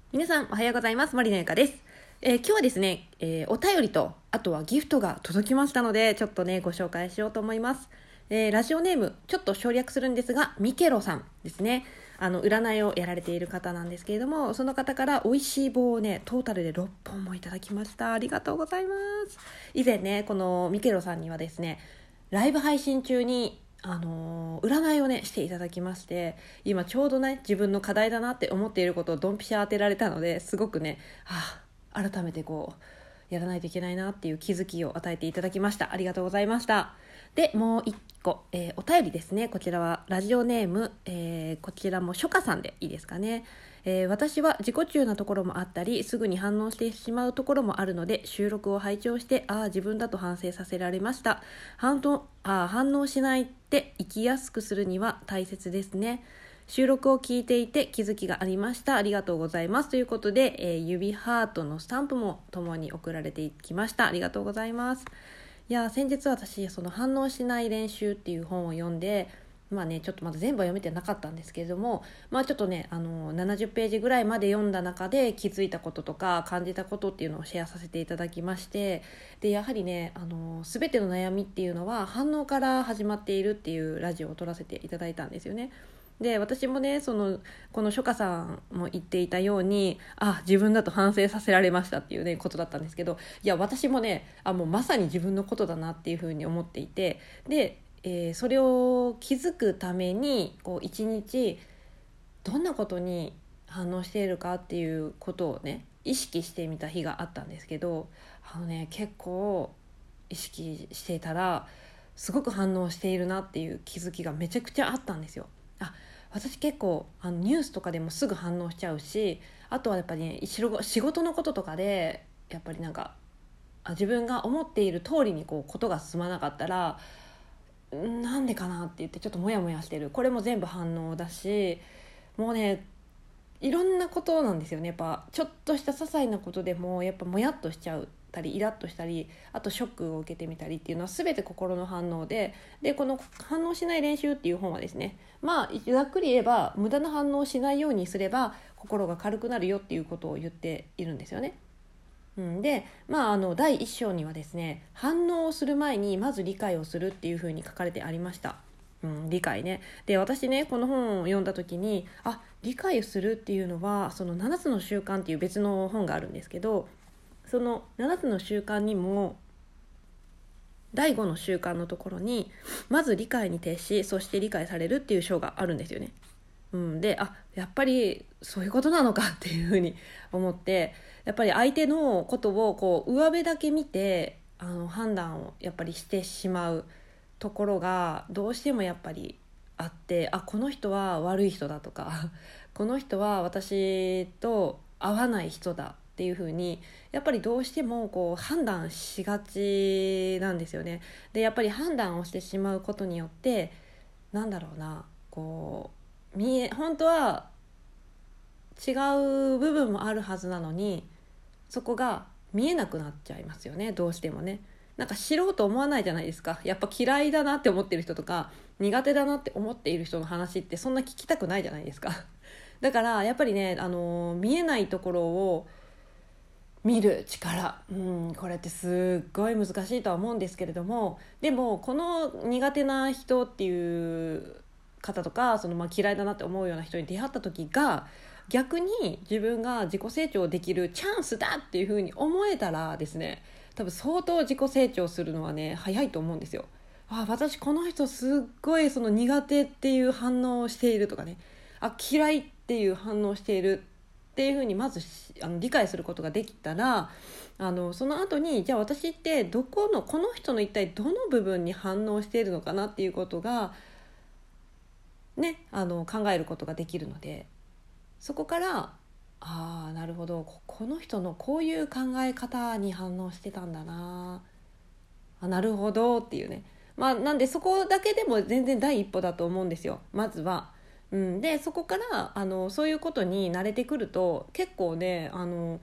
皆さんおはようございます。森のゆかです。今日はですね、お便りとあとはギフトが届きましたのでちょっとねご紹介しようと思います。ラジオネームちょっと省略するんですがミケロさんですね。占いをやられている方なんですけれども、その方から美味しい棒をねトータルで6本もいただきました。ありがとうございます。以前ねこのミケロさんにはですねライブ配信中に占いをねしていただきまして、今ちょうどね自分の課題だなって思っていることをドンピシャ当てられたので、すごくね改めてやらないといけないなっていう気づきを与えていただきました。ありがとうございました。でもう一個、お便りですね。こちらはラジオネーム、こちらも初夏さんでいいですかね。私は自己中なところもあったりすぐに反応してしまうところもあるので、収録を拝聴して自分だと反省させられました。反応しないって生きやすくするには大切ですね。収録を聞いていて気づきがありました。ありがとうございますということで、指ハートのスタンプもともに送られていきました。ありがとうございます。いや先日私その反応しない練習っていう本を読んで、ちょっとまだ全部は読めてなかったんですけれども、ちょっとね70ページぐらいまで読んだ中で気づいたこととか感じたことっていうのをシェアさせていただきまして、でやはりね全ての悩みっていうのは反応から始まっているっていうラジオを撮らせていただいたんですよね。で私もねこの初夏さんも言っていたように自分だと反省させられましたっていうねことだったんですけど、いや私もねもうまさに自分のことだなっていうふうに思っていて、で、それを気づくために一日どんなことに反応しているかっていうことをね意識してみた日があったんですけど、結構意識していたらすごく反応しているなっていう気づきがめちゃくちゃあったんですよ。私結構ニュースとかでもすぐ反応しちゃうし、あとはやっぱりね仕事のこととかでやっぱり自分が思っている通りにことが進まなかったらなんでかなって言ってちょっとモヤモヤしてる。これも全部反応だし、もうねいろんなことなんですよね。やっぱちょっとした些細なことでもやっぱモヤっとしちゃうたりイラッとしたり、あとショックを受けてみたりっていうのは全て心の反応で、この反応しない練習っていう本はですね、ざっくり言えば無駄な反応をしないようにすれば心が軽くなるよっていうことを言っているんですよね。で、第1章にはですね、反応をする前にまず理解をするっていうふうに書かれてありました。理解ね。で私ねこの本を読んだ時に理解するっていうのはその7つの習慣っていう別の本があるんですけど、その7つの習慣にも第5の習慣のところにまず理解に徹しそして理解されるっていう章があるんですよね。でやっぱりそういうことなのかっていうふうに思って、やっぱり相手のことを上辺だけ見て判断をやっぱりしてしまうところがどうしてもやっぱりあって、この人は悪い人だとかこの人は私と合わない人だっていう風にやっぱりどうしても判断しがちなんですよね。でやっぱり判断をしてしまうことによってなんだろうな本当は違う部分もあるはずなのにそこが見えなくなっちゃいますよね。どうしてもね知ろうと思わないじゃないですか。やっぱ嫌いだなって思ってる人とか苦手だなって思っている人の話ってそんな聞きたくないじゃないですか。だからやっぱりね、見えないところを見る力、これってすっごい難しいとは思うんですけれども、でもこの苦手な人っていう方とか嫌いだなって思うような人に出会った時が逆に自分が自己成長できるチャンスだっていう風に思えたらですね、多分相当自己成長するのはね早いと思うんですよ。私この人すっごい苦手っていう反応をしているとかね、嫌いっていう反応をしているっていう風にまず理解することができたら、その後にじゃあ私ってこの人の一体どの部分に反応しているのかなっていうことがね考えることができるので、そこからなるほどこの人のこういう考え方に反応してたんだな、なるほどっていうね、なんでそこだけでも全然第一歩だと思うんですよ、まずは。でそこからそういうことに慣れてくると結構ね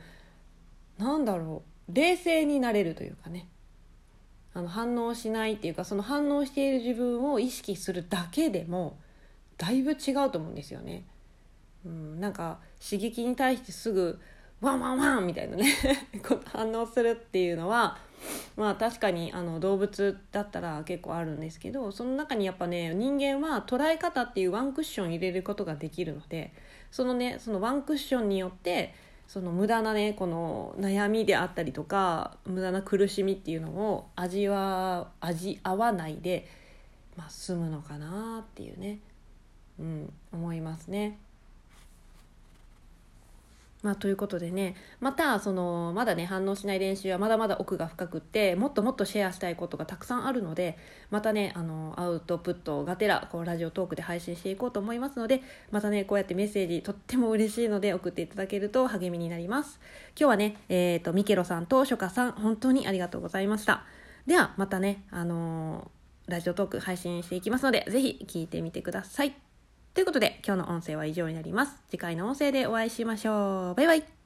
冷静になれるというかね、反応しないっていうかその反応している自分を意識するだけでもだいぶ違うと思うんですよね。 刺激に対してすぐワンワンワンみたいなね反応するっていうのはまあ確かに動物だったら結構あるんですけど、その中にやっぱね人間は捉え方っていうワンクッション入れることができるので、そのワンクッションによってその無駄なねこの悩みであったりとか無駄な苦しみっていうのを味わわないで、済むのかなっていうね、思いますね。ということでね、またまだね反応しない練習はまだまだ奥が深くって、もっともっとシェアしたいことがたくさんあるので、またねアウトプットがてらラジオトークで配信していこうと思いますので、またねこうやってメッセージとっても嬉しいので送っていただけると励みになります。今日はねミケロさんとショカさん本当にありがとうございました。ではまたねラジオトーク配信していきますので、ぜひ聞いてみてください。ということで今日の音声は以上になります。次回の音声でお会いしましょう。バイバイ。